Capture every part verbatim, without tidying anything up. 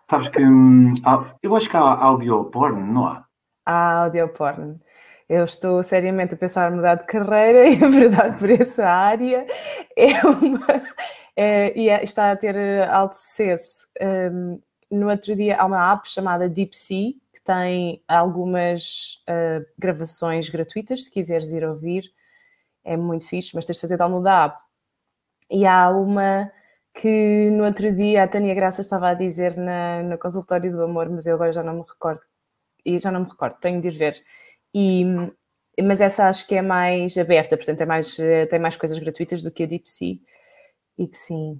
Sabes que hum, há- eu acho que há audio porn, não há? Há audio porn. Eu estou seriamente a pensar em mudar de carreira e a verdade por essa área é uma. É, e é- está a ter eh, alto sucesso. Um, no outro dia há uma app chamada DeepSea que tem algumas uh, gravações gratuitas, se quiseres ir ouvir, é muito fixe, mas tens de fazer download da app. E há uma que no outro dia a Tânia Graça estava a dizer na, no consultório do amor, mas eu agora já não me recordo. E já não me recordo, tenho de ir ver. E, mas essa acho que é mais aberta, portanto é mais, tem mais coisas gratuitas do que a DeepSea. E que sim,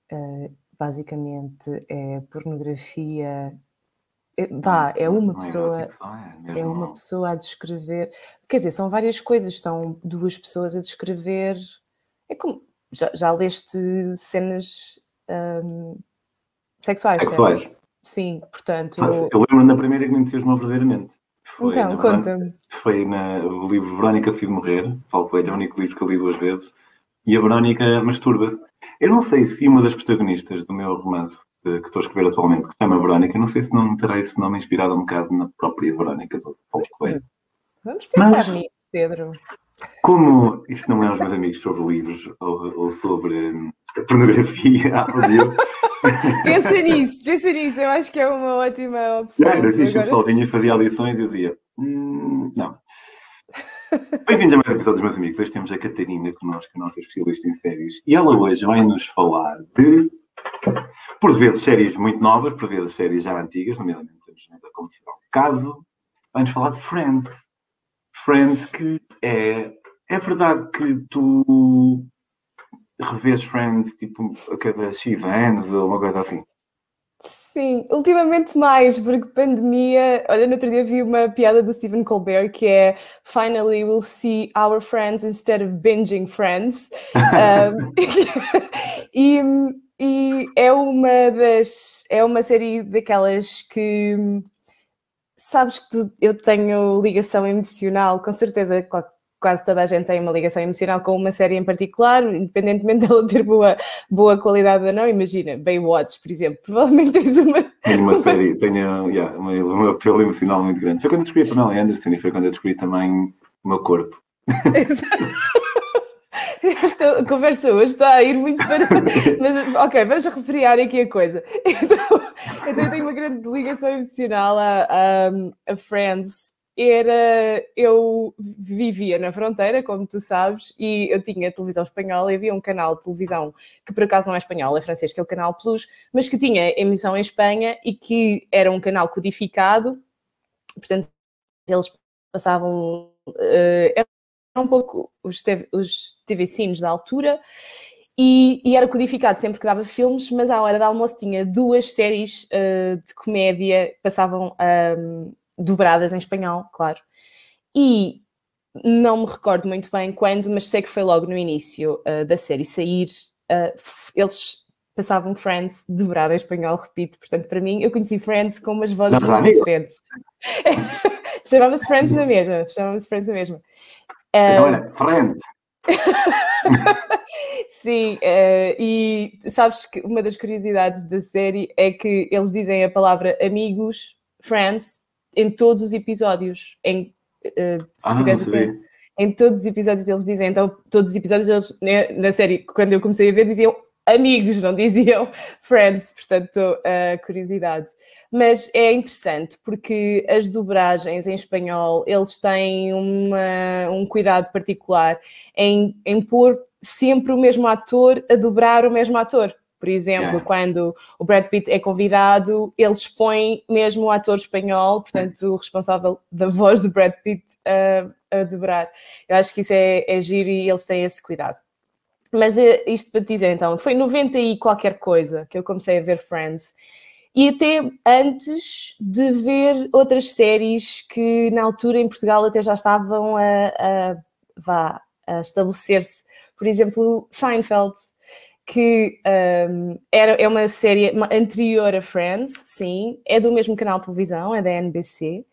basicamente é pornografia. Não, Vá, isso é não, uma não é pessoa, erótico só, é é uma mesmo. pessoa a descrever. Quer dizer, são várias coisas, são duas pessoas a descrever. É como. Já, já leste cenas hum, sexuais, certo? Sexuais. Sim, portanto. Eu lembro da primeira que me entusiasmou verdadeiramente. Foi Então, na, Verón- conta-me. foi na o livro Verónica Se de Morrer, Paulo Coelho, é o único livro que eu li duas vezes, e a Verónica masturba-se. Eu não sei se uma das protagonistas do meu romance, que, que estou a escrever atualmente, que se chama Verónica, não sei se não terá esse nome inspirado um bocado na própria Verónica do Paulo Coelho. Vamos pensar Mas, nisso, Pedro. como isto não é os meus amigos sobre livros ou, ou sobre hum, pornografia, áudio, Pensa nisso, pensa nisso, eu acho que é uma ótima opção. era Tu fixe, o agora. pessoal vinha e fazia lições e eu dizia, hum, não. Bem-vindos a mais um episódio dos meus amigos. Hoje temos a Catarina connosco, a nossa especialista em séries, e ela hoje vai-nos falar de, por vezes, séries muito novas, por vezes, séries já antigas, nomeadamente simplesmente como será o caso. Vai-nos falar de Friends. Friends que é... É verdade que tu revês Friends tipo a cada X anos ou uma coisa assim? Sim, ultimamente mais, porque pandemia. Olha, no outro dia vi uma piada do Stephen Colbert que é Finally we'll see our friends instead of binging friends. Um, e, e é uma das. É uma série daquelas que. Sabes que tu, eu tenho ligação emocional, com certeza quase toda a gente tem uma ligação emocional com uma série em particular, independentemente dela ter boa, boa qualidade ou não. Imagina, Baywatch, por exemplo, provavelmente tens uma... Tenho uma uma... série, tenho yeah, uma, um apelo emocional muito grande. Foi quando eu descobri a Pamela Anderson e foi quando eu descobri também o meu corpo. Esta conversa hoje está a ir muito para... Mas, ok, vamos refriar aqui a coisa. Então, então eu tenho uma grande ligação emocional a, a, a Friends. Era... Eu vivia na fronteira, como tu sabes, e eu tinha televisão espanhola e havia um canal de televisão que por acaso não é espanhol, é francês, que é o Canal Plus, mas que tinha emissão em Espanha e que era um canal codificado, portanto eles passavam... Uh, um pouco os, TV, os T V Cines da altura e, e era codificado sempre que dava filmes, mas à hora do almoço tinha duas séries uh, de comédia, passavam um, dobradas em espanhol, claro. E não me recordo muito bem quando, mas sei que foi logo no início uh, da série sair, uh, eles passavam Friends dobrado em espanhol, repito. Portanto, para mim, eu conheci Friends com umas vozes Já muito diferentes. Chamava-se Friends na mesma, chamava-se Friends na mesma. Então era Friends. Sim, uh, e sabes que uma das curiosidades da série é que eles dizem a palavra amigos, friends, em todos os episódios. Em, uh, se Ah, não estiveres atento, sabia. em todos os episódios eles dizem. Então, todos os episódios eles, né, na série, quando eu comecei a ver, diziam amigos, não diziam friends. Portanto, uh, curiosidade. Mas é interessante porque as dobragens em espanhol, eles têm uma, um cuidado particular em, em pôr sempre o mesmo ator a dobrar o mesmo ator. Por exemplo, Yeah. quando o Brad Pitt é convidado, eles põem mesmo o ator espanhol, portanto, o responsável da voz do Brad Pitt a, a dobrar. Eu acho que isso é, é giro e eles têm esse cuidado. Mas isto para te dizer, então, foi em noventa e qualquer coisa que eu comecei a ver Friends. E até antes de ver outras séries que na altura em Portugal até já estavam a, a, vá, a estabelecer-se. Por exemplo, Seinfeld, que um, era, é uma série anterior a Friends, sim, é do mesmo canal de televisão, é da N B C,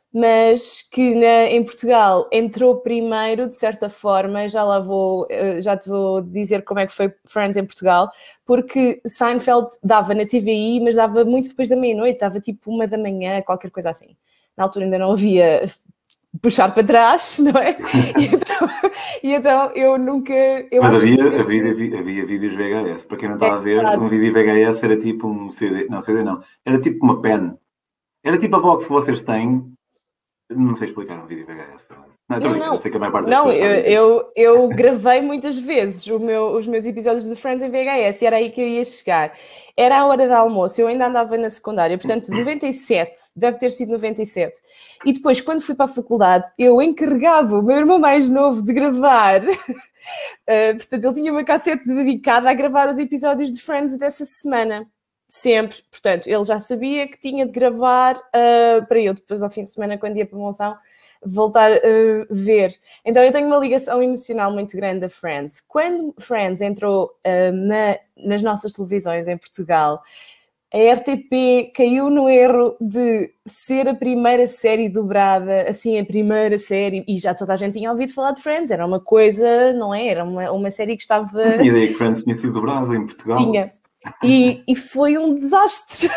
mas que na, em Portugal entrou primeiro, de certa forma, já lá vou, já te vou dizer como é que foi Friends em Portugal, porque Seinfeld dava na T V I, mas dava muito depois da meia-noite, dava tipo uma da manhã, qualquer coisa assim. Na altura ainda não havia puxar para trás, não é? E então, e então eu nunca... Eu mas acho havia, que nunca havia, cheguei... havia, havia vídeos V H S. Para quem não está a ver, Exato. um vídeo V H S era tipo um C D. Não, C D não. Era tipo uma pen. Era tipo a box que vocês têm. Não sei explicar um vídeo V H S. Não, Não, não. Eu não. sei que a maior parte das Não, pessoas eu, sabem. eu, eu gravei muitas vezes o meu, os meus episódios de Friends em V H S e era aí que eu ia chegar. Era a hora de almoço, eu ainda andava na secundária, portanto, noventa e sete, deve ter sido noventa e sete. E depois, quando fui para a faculdade, eu encarregava o meu irmão mais novo de gravar. uh, portanto, ele tinha uma cassete dedicada a gravar os episódios de Friends dessa semana. Sempre. Portanto, ele já sabia que tinha de gravar uh, para eu, depois ao fim de semana, quando ia para a Monção, voltar a uh, ver. Então eu tenho uma ligação emocional muito grande a Friends. Quando Friends entrou uh, na, nas nossas televisões em Portugal, a R T P caiu no erro de ser a primeira série dobrada, assim, a primeira série, e já toda a gente tinha ouvido falar de Friends, era uma coisa, não é? Era uma, uma série que estava... Eu tinha ideia que Friends tinha sido dobrado em Portugal. Tinha. E, e foi um desastre.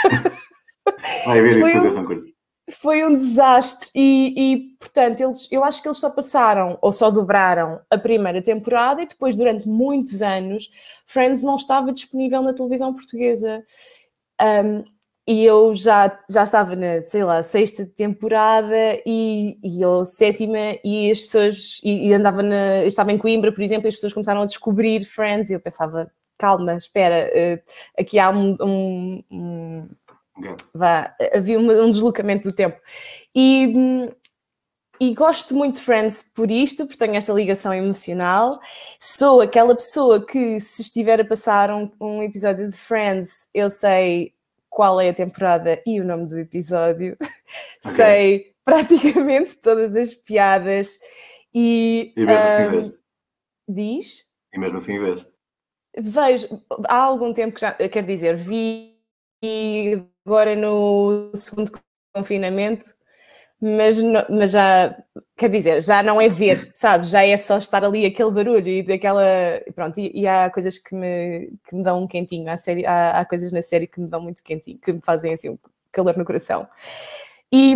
Vai ver foi isso um... tudo, Foi um desastre e, e, portanto, eles, eu acho que eles só passaram ou só dobraram a primeira temporada e depois, durante muitos anos, Friends não estava disponível na televisão portuguesa. Um, e eu já, já estava na, sei lá, sexta temporada e, e eu sétima e as pessoas, e, e andava na, estava em Coimbra, por exemplo, e as pessoas começaram a descobrir Friends e eu pensava, calma, espera, uh, aqui há um... um, um Vá, havia um deslocamento do tempo. E, e gosto muito de Friends por isto, porque tenho esta ligação emocional. Sou aquela pessoa que, se estiver a passar um, um episódio de Friends, eu sei qual é a temporada e o nome do episódio. Okay. Sei praticamente todas as piadas. E, e mesmo assim um, vês? Diz? E mesmo assim vês? Vejo. Há algum tempo que já... Quer dizer, vi... agora no segundo confinamento, mas, mas já, quer dizer, já não é ver, sabes? Já é só estar ali aquele barulho e daquela... Pronto, e, e há coisas que me, que me dão um quentinho, há, série, há, há coisas na série que me dão muito quentinho, que me fazem assim um calor no coração. E,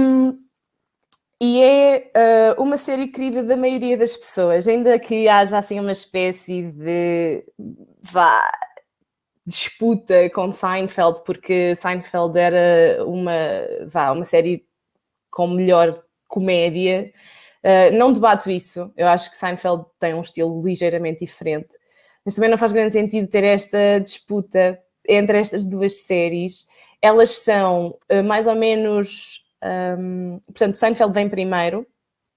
e é uh, uma série querida da maioria das pessoas, ainda que haja assim uma espécie de... vá... disputa com Seinfeld, porque Seinfeld era uma, vá, uma série com melhor comédia. Uh, não debato isso, eu acho que Seinfeld tem um estilo ligeiramente diferente, mas também não faz grande sentido ter esta disputa entre estas duas séries. Elas são uh, mais ou menos... Um, portanto, Seinfeld vem primeiro.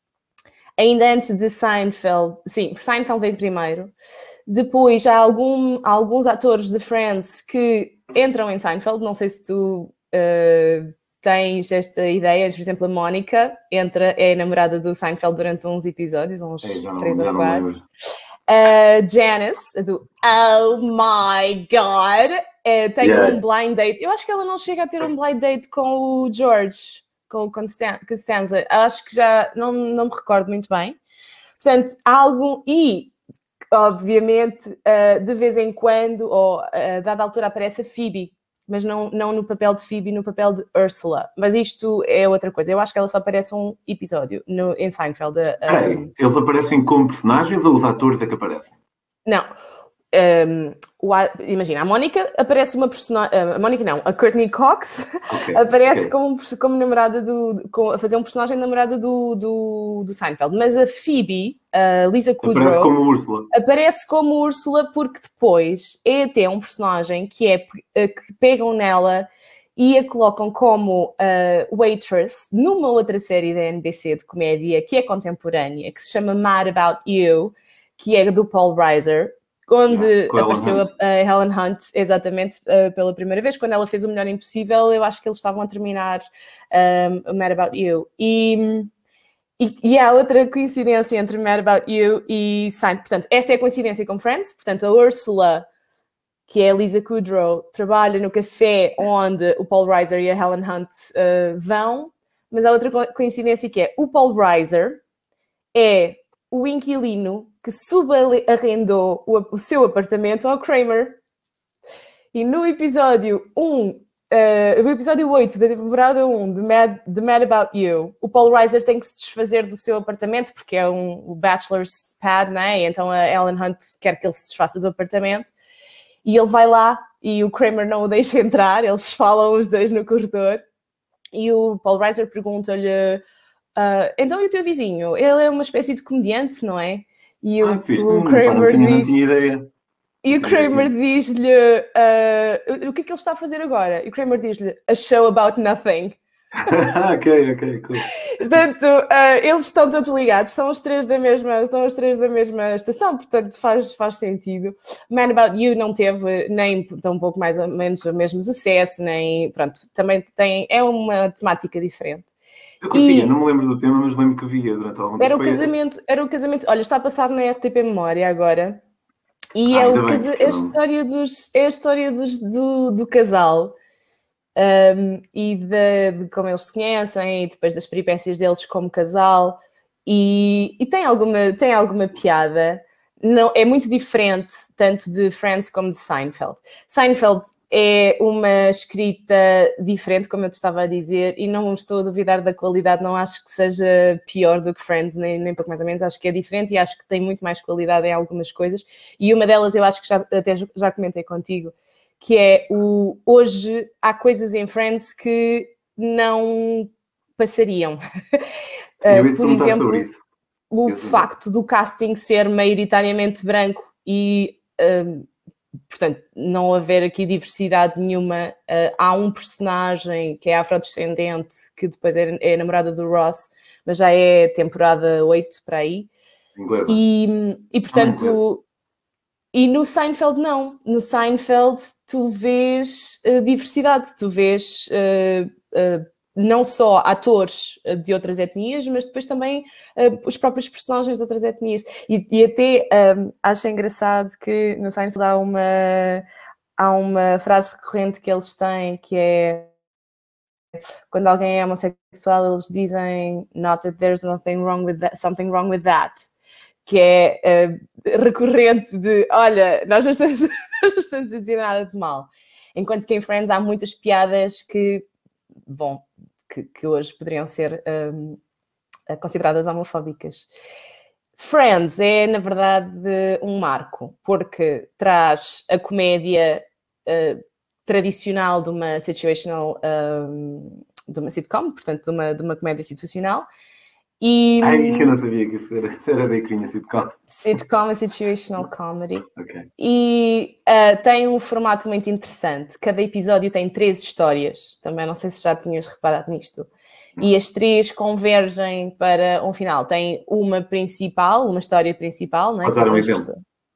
Ainda antes de Seinfeld... Sim, Seinfeld vem primeiro. Depois há algum, alguns atores de Friends que entram em Seinfeld. Não sei se tu uh, tens esta ideia. Por exemplo, a Mónica entra, é a namorada do Seinfeld durante uns episódios, uns é, já não, três já ou não quatro. lembro. Uh, Janice, do Oh My God, uh, tem yeah. um blind date. Eu acho que ela não chega a ter um blind date com o George, com o Costanza. Acho que já, não, não me recordo muito bem. Portanto, há algum... E... obviamente, uh, de vez em quando, ou a uh, dada altura, aparece a Phoebe, mas não, não no papel de Phoebe, no papel de Ursula. Mas isto é outra coisa. Eu acho que ela só aparece um episódio no, em Seinfeld. Uh, um... Eles aparecem como personagens ou os atores é que aparecem? Não. Um, o, imagina, a Mónica aparece uma personagem... A Mónica não, a Courtney Cox okay, aparece okay. Como, como namorada do... Com, a fazer um personagem namorada do, do, do Seinfeld. Mas a Phoebe, a Lisa Kudrow... Aparece como Úrsula. Aparece como Úrsula porque depois é até um personagem que é que pegam nela e a colocam como uh, waitress numa outra série da N B C de comédia que é contemporânea, que se chama Mad About You, que é do Paul Reiser, onde yeah, apareceu a, a Helen Hunt, exatamente, uh, pela primeira vez, quando ela fez O Melhor Impossível. Eu acho que eles estavam a terminar um, Mad About You. E, e, e há outra coincidência entre Mad About You e Seinfeld. Portanto, esta é a coincidência com Friends. Portanto, a Ursula, que é a Lisa Kudrow, trabalha no café onde o Paul Reiser e a Helen Hunt uh, vão, mas há outra coincidência que é o Paul Reiser é o inquilino que subarrendou o, o seu apartamento ao Kramer. E no episódio um, uh, no episódio oito da temporada um de Mad, The Mad About You, o Paul Reiser tem que se desfazer do seu apartamento porque é um, o bachelor's pad, né? E então a Ellen Hunt quer que ele se desfaça do apartamento. E ele vai lá e o Kramer não o deixa entrar, eles falam os dois no corredor. E o Paul Reiser pergunta-lhe, uh, então e o teu vizinho? Ele é uma espécie de comediante, não é? E ah, o, fiz, o não, Kramer não, tinha, diz... não tinha ideia. E o Kramer diz-lhe, uh, o que é que ele está a fazer agora? E o Kramer diz-lhe, a show about nothing. ok, ok, cool. Portanto, uh, eles estão todos ligados, são os três da mesma, são os três da mesma estação, portanto faz, faz sentido. Man About You não teve nem tão um pouco mais ou menos o mesmo sucesso, nem, pronto, também tem, é uma temática diferente. Eu curtia, não me lembro do tema, mas lembro que via durante algum tempo. Era o casamento, era o casamento, olha, está a passar na R T P Memória agora, e ah, é, o bem, casa, é a história, dos, é a história dos, do, do casal. Um, e de, de como eles se conhecem e depois das peripécias deles como casal e, e tem, alguma, tem alguma piada. Não, é muito diferente tanto de Friends como de Seinfeld. Seinfeld é uma escrita diferente, como eu te estava a dizer, e não estou a duvidar da qualidade, não acho que seja pior do que Friends, nem, nem pouco mais ou menos, acho que é diferente e acho que tem muito mais qualidade em algumas coisas, e uma delas eu acho que já, até já comentei contigo, que é o hoje há coisas em Friends que não passariam. uh, por exemplo, o facto do casting ser maioritariamente branco e, uh, portanto, não haver aqui diversidade nenhuma. Uh, há um personagem que é afrodescendente, que depois é, é namorada do Ross, mas já é temporada oito para aí. Inglesa. E, e portanto... E no Seinfeld não, no Seinfeld tu vês uh, diversidade, tu vês uh, uh, não só atores de outras etnias, mas depois também uh, os próprios personagens de outras etnias. E, e até um, acho engraçado que no Seinfeld há uma, há uma frase recorrente que eles têm que é quando alguém é homossexual eles dizem not that there's nothing wrong with that, something wrong with that. Que é uh, recorrente de, olha, nós não, estamos, nós não estamos a dizer nada de mal. Enquanto que em Friends há muitas piadas que, bom, que, que hoje poderiam ser um, consideradas homofóbicas. Friends é, na verdade, um marco, porque traz a comédia uh, tradicional de uma situational, um, de uma sitcom, portanto, de uma, de uma comédia situacional. E, Ai, eu não sabia que isso era, era da Icrinha sitcom. Sitcom e situational comedy. Okay. E uh, tem um formato muito interessante. Cada episódio tem três histórias. Também não sei se já tinhas reparado nisto. E as três convergem para um final. Tem uma principal, uma história principal. Não é? Posso dar um exemplo?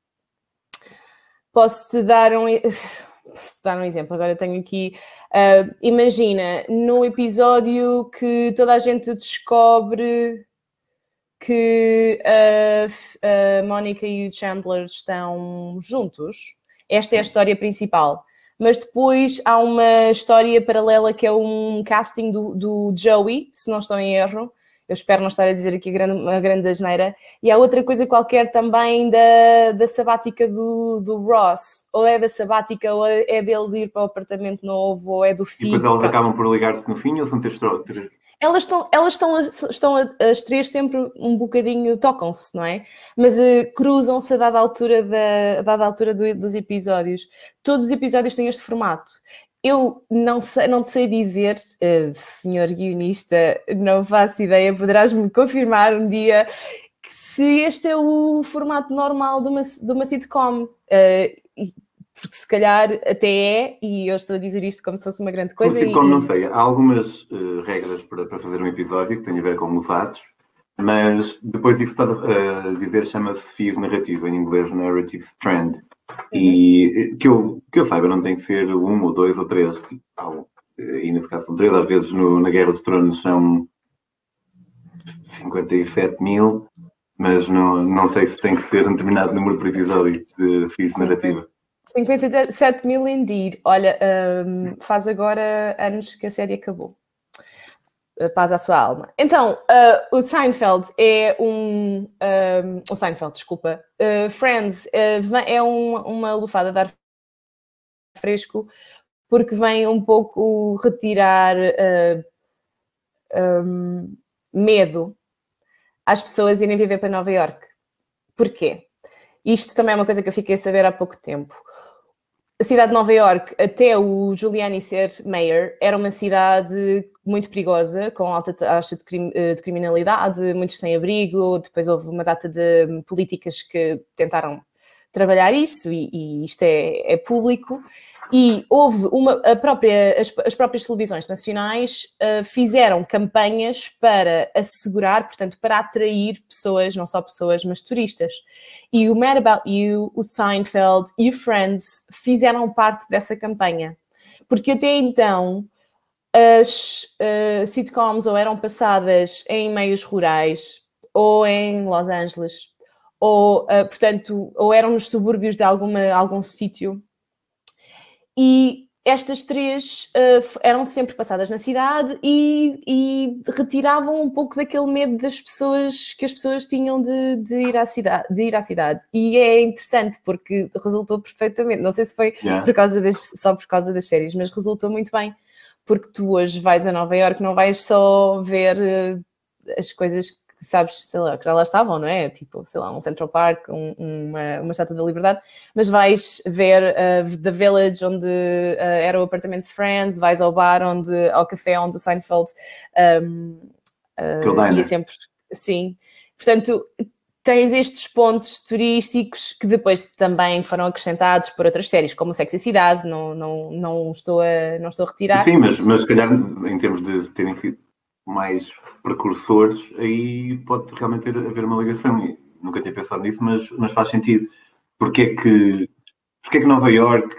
Posso-te dar um... Posso dar um exemplo, agora tenho aqui, uh, imagina, no episódio que toda a gente descobre que a, a Mónica e o Chandler estão juntos, esta é a história principal, mas depois há uma história paralela que é um casting do, do Joey, se não estou em erro, eu espero não estar a dizer aqui a grande, uma grande asneira. E há outra coisa qualquer também da, da sabática do, do Ross. Ou é da sabática, ou é dele de ir para o apartamento novo, ou é do filho. E depois elas acabam por ligar-se no fim ou são três? Elas estão, elas estão, estão as três sempre um bocadinho, tocam-se, não é? Mas uh, cruzam-se a dada altura, da, a dada altura do, dos episódios. Todos os episódios têm este formato. Eu não, sei, não te sei dizer, uh, senhor guionista, não faço ideia, poderás-me confirmar um dia que se este é o formato normal de uma, de uma sitcom. Uh, porque se calhar até é, e eu estou a dizer isto como se fosse uma grande coisa. Como sitcom, e, não sei, há algumas uh, regras para, para fazer um episódio que têm a ver com os atos, mas depois isso está a dizer, chama-se fio narrativo, em inglês narrative trend. E que eu, que eu saiba, não tem que ser um ou dois ou três, e nesse caso são três, às vezes no, na Guerra dos Tronos são cinquenta e sete mil, mas não, não sei se tem que ser um determinado número por episódio de fio narrativa. cinquenta e sete mil indeed. Olha, um, faz agora anos que a série acabou. paz à sua alma. Então, uh, o Seinfeld é um... um o Seinfeld, desculpa. Uh, Friends uh, é um, uma lufada de ar fresco, porque vem um pouco retirar uh, um, medo às pessoas irem viver para Nova Iorque. Porquê? Isto também é uma coisa que eu fiquei a saber há pouco tempo. A cidade de Nova Iorque, até o Giuliani ser mayor, era uma cidade muito perigosa, com alta taxa de, crim de criminalidade, muitos sem abrigo. Depois houve uma data de políticas que tentaram trabalhar isso, e, e isto é, é público. E houve uma, a própria, as, as próprias televisões nacionais uh, fizeram campanhas para assegurar, portanto, para atrair pessoas, não só pessoas, mas turistas. E o Mad About You, o Seinfeld e o Friends fizeram parte dessa campanha. Porque até então as uh, sitcoms ou eram passadas em meios rurais ou em Los Angeles, ou, uh, portanto, ou eram nos subúrbios de alguma, algum sítio. E estas três uh, eram sempre passadas na cidade e, e retiravam um pouco daquele medo das pessoas, que as pessoas tinham de, de, ir à cidade, de ir à cidade. E é interessante porque resultou perfeitamente. Não sei se foi yeah. por causa das, só por causa das séries, mas resultou muito bem. Porque tu hoje vais a Nova Iorque, não vais só ver uh, as coisas que sabes, sei lá, que já lá estavam, não é? Tipo, sei lá, um Central Park, um, uma, uma Estátua da Liberdade, mas vais ver uh, The Village, onde uh, era o apartamento de Friends, vais ao bar, onde, ao café onde o Seinfeld um, uh, ia sempre, sim. Portanto, tens estes pontos turísticos que depois também foram acrescentados por outras séries, como o Sexy Cidade, não, não, não, estou, a, não estou a retirar. Sim, mas, mas se calhar em termos de terem sido mais precursores, aí pode realmente ter, haver uma ligação. E nunca tinha pensado nisso, mas, mas faz sentido. Porque é que, porque é que Nova Iorque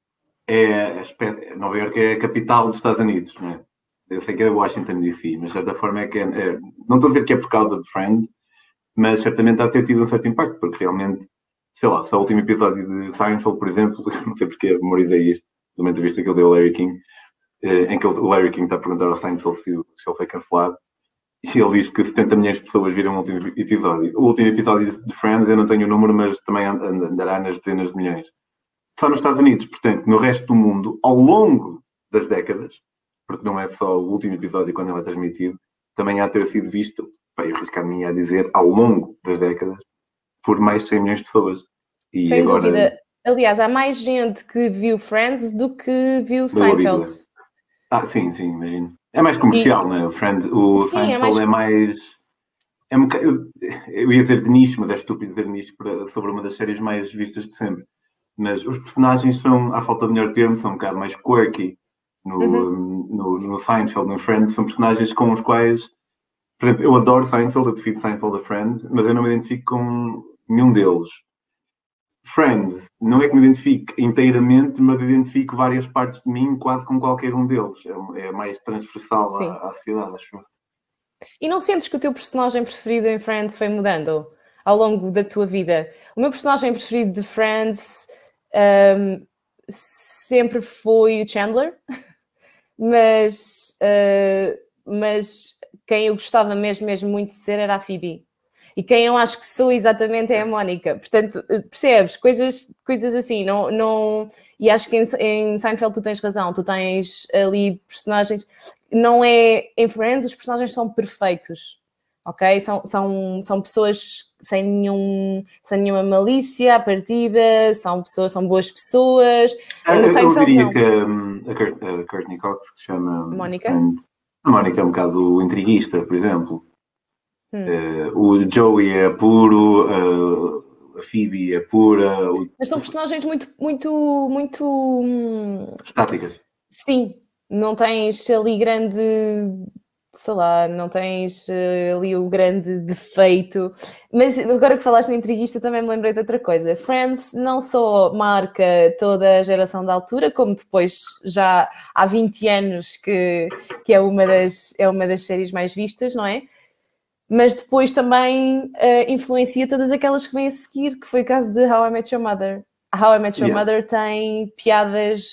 é, Nova Iorque é a capital dos Estados Unidos, não é? Eu sei que é Washington D C, mas de certa forma é que é, é, não estou a dizer que é por causa de Friends, mas certamente há de ter tido um certo impacto, porque realmente, sei lá, se o último episódio de Seinfeld, por exemplo, não sei porque memorizei isto, de uma entrevista que ele deu ao Larry King, em que o Larry King está a perguntar ao Seinfeld se, se ele foi cancelado, e ele diz que setenta milhões de pessoas viram o último episódio. O último episódio de Friends, eu não tenho o número, mas também andará nas dezenas de milhões. Só nos Estados Unidos, portanto, no resto do mundo, ao longo das décadas, porque não é só o último episódio quando ele é transmitido, também há de ter sido visto, bem, eu arriscar-me a dizer, ao longo das décadas, por mais de cem milhões de pessoas. E sem agora, dúvida. Aliás, há mais gente que viu Friends do que viu Seinfeld. Ah, sim, sim, imagino. É mais comercial, e, não é? O, Friends, o sim, Seinfeld é mais... É mais é um, eu, eu ia dizer de nicho, mas é estúpido dizer nicho para, sobre uma das séries mais vistas de sempre. Mas os personagens são, à falta de melhor termo, são um bocado mais quirky. No, uhum. no, no Seinfeld, no Friends, são personagens com os quais... Por exemplo, eu adoro Seinfeld, eu prefiro Seinfeld a Friends, mas eu não me identifico com nenhum deles. Friends, não é que me identifique inteiramente, mas identifico várias partes de mim quase com qualquer um deles. É, é mais transversal à, à sociedade, acho. E não sentes que o teu personagem preferido em Friends foi mudando ao longo da tua vida? O meu personagem preferido de Friends um, sempre foi o Chandler, mas, uh, mas quem eu gostava mesmo, mesmo muito de ser era a Phoebe. E quem eu acho que sou exatamente é a Mónica. Portanto, percebes? Coisas, coisas assim. Não, não... E acho que em, em Seinfeld tu tens razão. Tu tens ali personagens... Não é... Em Friends os personagens são perfeitos. Ok? São, são, são pessoas sem, nenhum, sem nenhuma malícia à partida. São pessoas, são boas pessoas. Ah, eu, Seinfeld, eu diria não. que um, a, Kurt, a Courtney Cox, que chama... Mónica? A Mónica é um bocado intriguista, por exemplo. Hum. Uh, o Joey é puro, uh, a Phoebe é pura. O... Mas são personagens muito, muito, muito... Hum... estáticas. Sim, não tens ali grande... sei lá, não tens uh, ali o grande defeito. Mas agora que falaste na intriguista também me lembrei de outra coisa. Friends não só marca toda a geração da altura, como depois já há vinte anos que, que é, uma das, é uma das séries mais vistas, não é? Mas depois também uh, influencia todas aquelas que vêm a seguir, que foi o caso de How I Met Your Mother. How I Met Your yeah. Mother tem piadas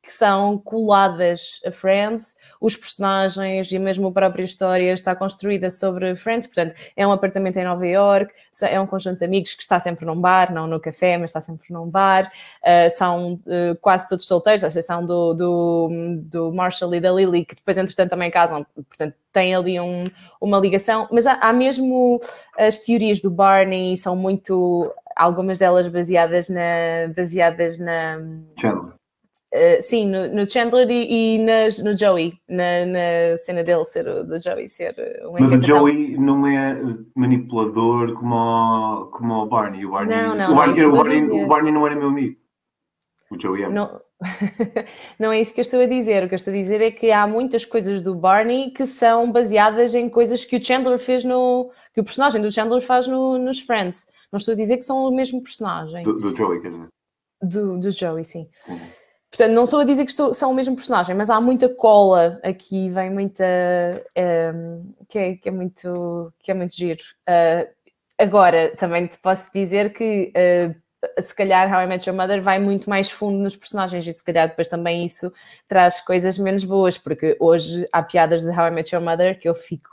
que são coladas a Friends, os personagens e mesmo a própria história está construída sobre Friends, portanto, é um apartamento em Nova York, é um conjunto de amigos que está sempre num bar, não no café, mas está sempre num bar, uh, são uh, quase todos solteiros, à exceção do, do, do Marshall e da Lily, que depois, entretanto, também casam, portanto, tem ali um, uma ligação, mas há, há mesmo as teorias do Barney, são muito, algumas delas baseadas na... Baseadas na Chandler. Uh, sim, no, no Chandler e, e nas, no Joey, na, na cena dele ser o do Joey ser um Mas o Joey não é manipulador como o, como o Barney. O Barney, não, não, o Barney, não é o Barney, o Barney não era meu amigo. O Joey é. Não, não é isso que eu estou a dizer. O que eu estou a dizer é que há muitas coisas do Barney que são baseadas em coisas que o Chandler fez no... que o personagem do Chandler faz no, nos Friends. Não estou a dizer que são o mesmo personagem. Do, do Joey, quer dizer? Do, do Joey, sim. Uhum. Portanto, não estou a dizer que estou, são o mesmo personagem, mas há muita cola aqui, vem muita... Um, que, é, que, é muito, que é muito giro. Uh, agora, também te posso dizer que... Uh, se calhar How I Met Your Mother vai muito mais fundo nos personagens e se calhar depois também isso traz coisas menos boas, porque hoje há piadas de How I Met Your Mother que eu fico...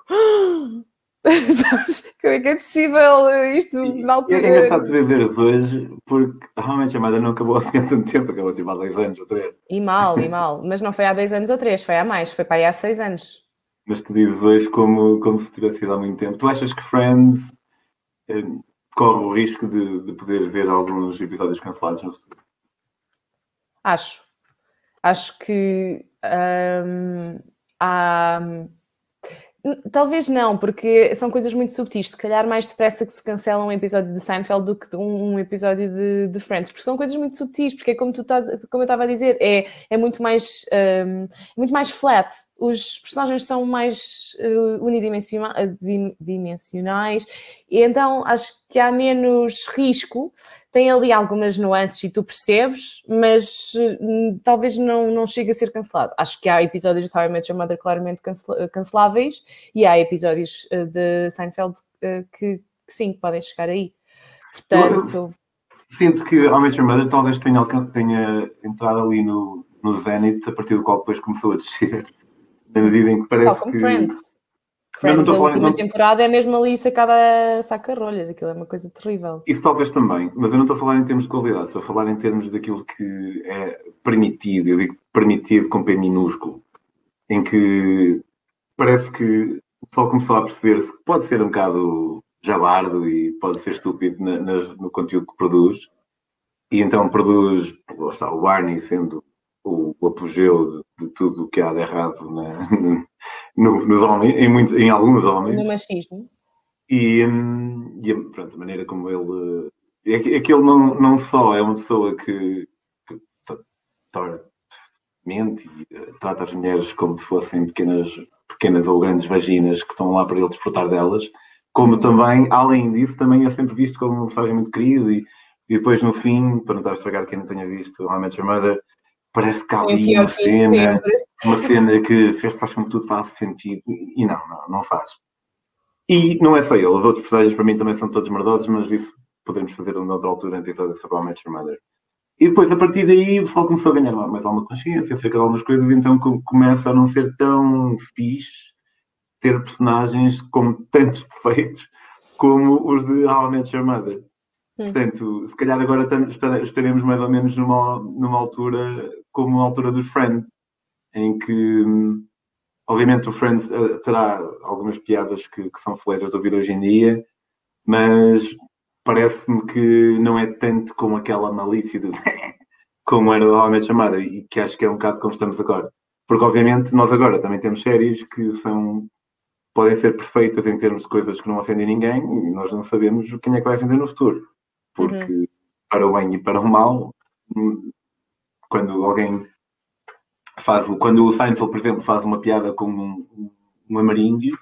Sabes? Como é que é possível isto na altura? É engraçado tu dizeres hoje, porque How I Met Your Mother não acabou assim há tanto tempo, acabou tipo há dois anos ou três. E mal, e mal. Mas não foi há dois anos ou três, foi há mais, foi para aí há seis anos. Mas tu dizes hoje como, como se tivesse sido há muito tempo. Tu achas que Friends eh, corre o risco de, de poder ver alguns episódios cancelados no futuro? Acho. Acho que hum, há... Talvez não, porque são coisas muito subtis. Se calhar mais depressa que se cancela um episódio de Seinfeld do que um, um episódio de, de Friends, porque são coisas muito subtis, porque é como, tu estás, como eu estava a dizer, é, é muito mais um, muito mais flat. Os personagens são mais uh, unidimensionais e então acho que há menos risco. Tem ali algumas nuances e tu percebes, mas uh, talvez não, não chegue a ser cancelado. Acho que há episódios de How I Met Your Mother claramente cancel- canceláveis e há episódios uh, de Seinfeld uh, que, que sim, que podem chegar aí. Portanto... Eu sinto que How I Met Your Mother talvez tenha, tenha entrado ali no, no Zenith, a partir do qual depois começou a descer, na medida em que parece como que... Friends. Friends, a última não... temporada é mesmo ali sacada saca-rolhas, aquilo é uma coisa terrível. Isso talvez também, mas eu não estou a falar em termos de qualidade, estou a falar em termos daquilo que é permitido, eu digo permitido com P minúsculo, em que parece que o pessoal começou a perceber-se que pode ser um bocado jabardo e pode ser estúpido na, na, no conteúdo que produz, e então produz, lá está, o Barney sendo o, o apogeu de, de tudo o que há de errado na, no, nos homens, em, muito, em alguns homens. No machismo. E, hum, e pronto, a maneira como ele... É que, é que ele não, não só é uma pessoa que, que mente e uh, trata as mulheres como se fossem pequenas, pequenas ou grandes vaginas que estão lá para ele desfrutar delas, como também, além disso, também é sempre visto como um personagem muito querido e, e depois no fim, para não estar a estragar quem não tenha visto How I Met Your Mother, parece que há ali uma cena, uma cena que fez faz com que tudo faça sentido e não, não, não faz. E não é só ele, os outros personagens para mim também são todos merdosos, mas isso poderemos fazer numa outra altura um episódio sobre How I Met Your Mother. E depois, a partir daí, o pessoal começou a ganhar mais alguma consciência acerca de algumas coisas, então começa a não ser tão fixe ter personagens com tantos defeitos como os de How I Met Your Mother. Hum. Portanto, se calhar agora estaremos mais ou menos numa, numa altura como a altura dos Friends, em que, obviamente, o Friends terá algumas piadas que, que são foleiras de ouvir hoje em dia, mas parece-me que não é tanto como aquela malícia do como era o How I Met Your Mother, e que acho que é um bocado como estamos agora. Porque, obviamente, nós agora também temos séries que são, podem ser perfeitas em termos de coisas que não ofendem ninguém, e nós não sabemos quem é que vai ofender no futuro. Porque, uhum. para o bem e para o mal, quando alguém faz, quando o Seinfeld, por exemplo, faz uma piada com um, um ameríndio,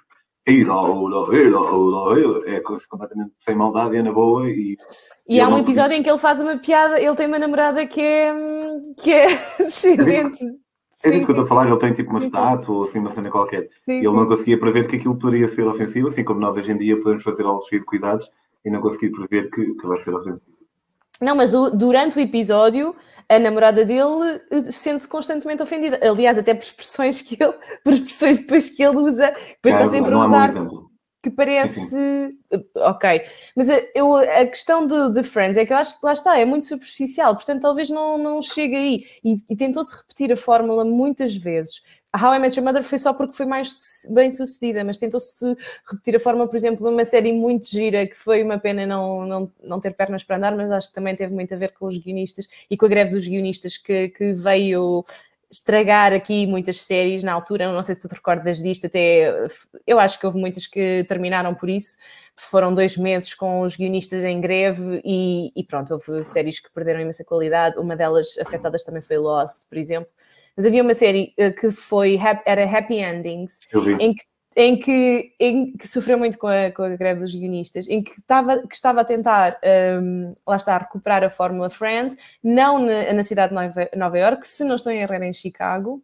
é completamente sem maldade, é na boa. E, e, e há um episódio em que ele faz uma piada, ele tem uma namorada que é, que é descendente. É disso que eu estou a falar, ele tem tipo uma sim, estátua ou assim, uma cena qualquer. Sim, e ele sim. não conseguia prever que aquilo poderia ser ofensivo, assim como nós hoje em dia podemos fazer algo cheio de cuidados e não conseguir prever que, que vai ser ofensivo. Não, mas o, durante o episódio, a namorada dele sente-se constantemente ofendida. Aliás, até por expressões que ele, por expressões depois que ele usa, depois É, está sempre a não há um usar, exemplo. que parece... Sim, Ok. Mas eu, a questão de, de Friends é que eu acho que lá está, é muito superficial, portanto talvez não, não chegue aí. E, e tentou-se repetir a fórmula muitas vezes. A How I Met Your Mother foi só porque foi mais bem sucedida, mas tentou-se repetir a fórmula, por exemplo, numa série muito gira, que foi uma pena não, não, não ter pernas para andar, mas acho que também teve muito a ver com os guionistas e com a greve dos guionistas que, que veio estragar aqui muitas séries na altura. Não sei se tu te recordas disto, até eu acho que houve muitas que terminaram por isso. Foram dois meses com os guionistas em greve e, e pronto, houve séries que perderam imensa qualidade. Uma delas afetadas também foi Lost, por exemplo. Mas havia uma série uh, que foi, era Happy Endings, em que, em, que, em que sofreu muito com a, com a greve dos guionistas, em que estava, que estava a tentar, um, lá está, recuperar a fórmula Friends, não na, na cidade de Nova, Nova Iorque, se não estou em errar, em Chicago,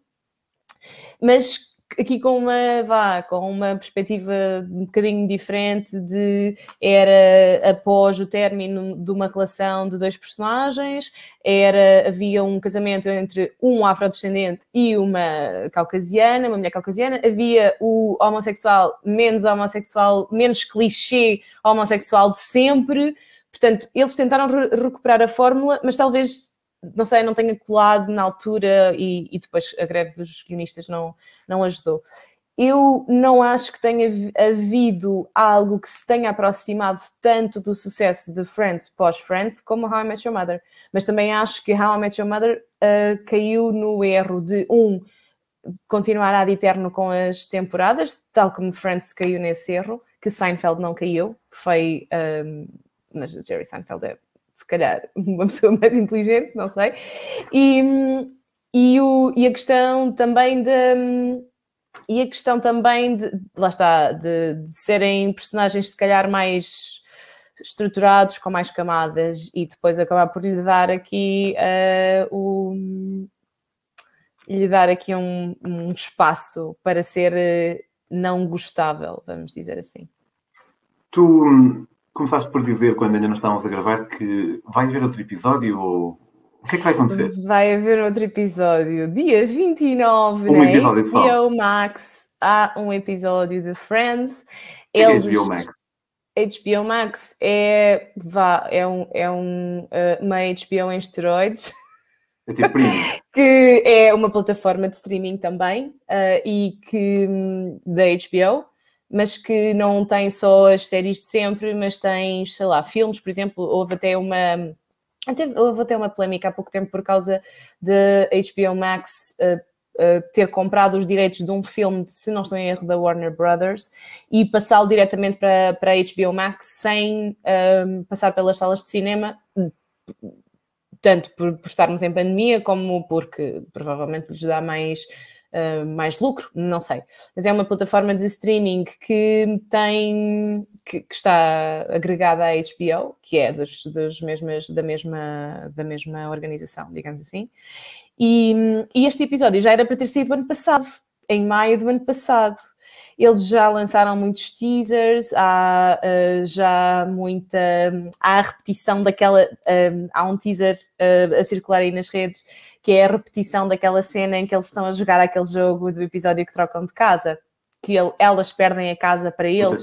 mas aqui com uma, vá, com uma perspectiva um bocadinho diferente de, era após o término de uma relação de dois personagens, era, havia um casamento entre um afrodescendente e uma caucasiana, uma mulher caucasiana, havia o homossexual menos homossexual, menos clichê homossexual de sempre, portanto, eles tentaram re- recuperar a fórmula, mas talvez... não sei, não tenha colado na altura e, e depois a greve dos guionistas não, não ajudou. Eu não acho que tenha havido algo que se tenha aproximado tanto do sucesso de Friends pós-Friends como How I Met Your Mother. Mas também acho que How I Met Your Mother uh, caiu no erro de, um, continuar ad eterno com as temporadas, tal como Friends caiu nesse erro, que Seinfeld não caiu, que foi... Um, mas Jerry Seinfeld é... se calhar uma pessoa mais inteligente, não sei, e, e, o, e a questão também de, e a questão também de, lá está, de, de serem personagens se calhar mais estruturados, com mais camadas, e depois acabar por lhe dar aqui uh, o, lhe dar aqui um, um espaço para ser uh, não gostável, vamos dizer assim. Tu começaste por dizer, quando ainda não estávamos a gravar, que vai haver outro episódio ou o que é que vai acontecer? Vai haver outro episódio. Dia vinte e nove, Um na episódio só. H B O Max, há um episódio de Friends. O que é Eles... H B O Max? H B O Max é, vá, é, um, é um, uma H B O em esteroides. É tipo primo. Que é uma plataforma de streaming também, uh, e que, da H B O, mas que não tem só as séries de sempre, mas tem, sei lá, filmes, por exemplo. Houve até uma... Até, houve até uma polémica há pouco tempo por causa de H B O Max uh, uh, ter comprado os direitos de um filme, de, se não estou em erro, da Warner Brothers, e passá-lo diretamente para, para a H B O Max sem um, passar pelas salas de cinema, tanto por, por estarmos em pandemia, como porque provavelmente lhes dá mais, uh, mais lucro, não sei. Mas é uma plataforma de streaming que tem... Que, que está agregada à H B O, que é dos, dos mesmas, da, mesma, da mesma organização, digamos assim. E, e este episódio já era para ter sido ano passado, em maio do ano passado. Eles já lançaram muitos teasers, há uh, já muita... Há a repetição daquela... Um, há um teaser uh, a circular aí nas redes, que é a repetição daquela cena em que eles estão a jogar aquele jogo do episódio que trocam de casa, que ele, elas perdem a casa para eles.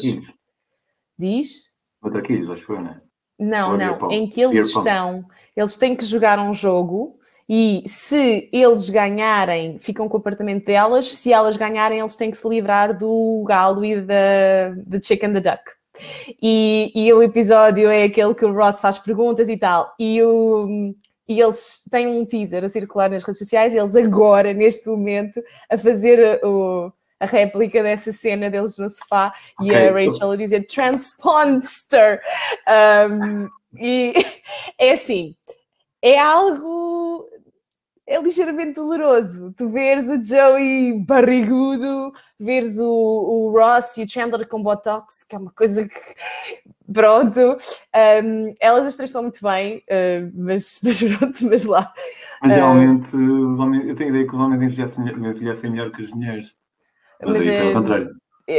Diz? Outra Kids, acho que foi, não é? Não, não. Em que eles estão... Eles têm que jogar um jogo e se eles ganharem, ficam com o apartamento delas. Se elas ganharem, eles têm que se livrar do galo e da, da chicken and the duck. E, e o episódio é aquele que o Ross faz perguntas e tal. E, o, e eles têm um teaser a circular nas redes sociais. E eles agora, neste momento, a fazer o... a réplica dessa cena deles no sofá, okay. E a Rachel a dizer Transpondster. Um, e é assim, é algo... é ligeiramente doloroso. Tu veres o Joey barrigudo, veres o, o Ross e o Chandler com botox, que é uma coisa que... Pronto. Um, elas as três estão muito bem, uh, mas, mas pronto, mas lá. Mas geralmente, uh, os homens, eu tenho a ideia que os homens envelhecem, envelhecem melhor que as mulheres. Mas, mas aí foi ao contrário. É,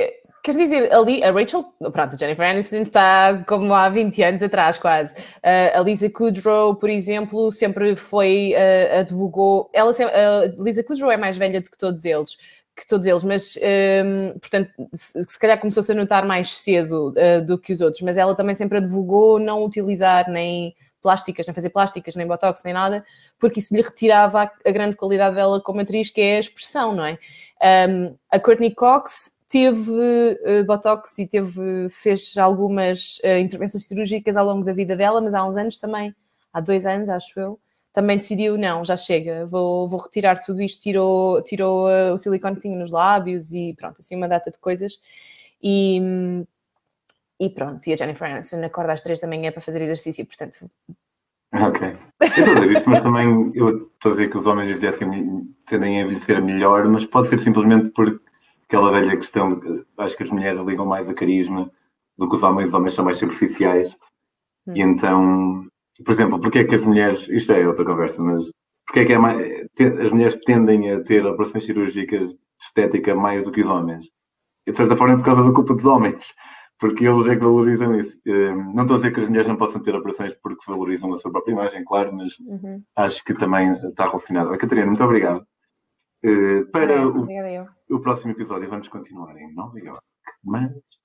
quer dizer, ali, a Rachel, pronto, a Jennifer Aniston está como há vinte anos atrás, quase. Uh, a Lisa Kudrow, por exemplo, sempre foi, uh, advogou, ela sempre, a Lisa Kudrow é mais velha do que todos eles, que todos eles, mas, um, portanto, se, se calhar começou-se a notar mais cedo uh, do que os outros, mas ela também sempre advogou não utilizar nem plásticas, nem fazer plásticas, nem botox, nem nada, porque isso lhe retirava a, a grande qualidade dela como atriz, que é a expressão, não é? Um, a Courtney Cox teve uh, botox e teve, fez algumas uh, intervenções cirúrgicas ao longo da vida dela, mas há uns anos também, há dois anos, acho eu, também decidiu, não, já chega, vou, vou retirar tudo isto, tirou, tirou uh, o silicone que tinha nos lábios e pronto, assim uma data de coisas. E, e pronto, e a Jennifer Aniston acorda às três da manhã para fazer exercício, portanto... Ok. Eu estou a dizer isto, mas também eu estou a dizer que os homens envelhecem, tendem a envelhecer melhor, mas pode ser simplesmente por aquela velha questão de que acho que as mulheres ligam mais a carisma do que os homens, os homens são mais superficiais. Hum. E então, por exemplo, porque é que as mulheres, isto é outra conversa, mas porque é que é mais, as mulheres tendem a ter operações cirúrgicas de estética mais do que os homens? E de certa forma é por causa da culpa dos homens, porque eles é que valorizam isso. Não estou a dizer que as mulheres não possam ter operações porque se valorizam a sua própria imagem, claro, mas uhum. acho que também está relacionado. Catarina, muito obrigado. Uh, para é, o, o próximo episódio vamos continuar em Nova Iorque, mas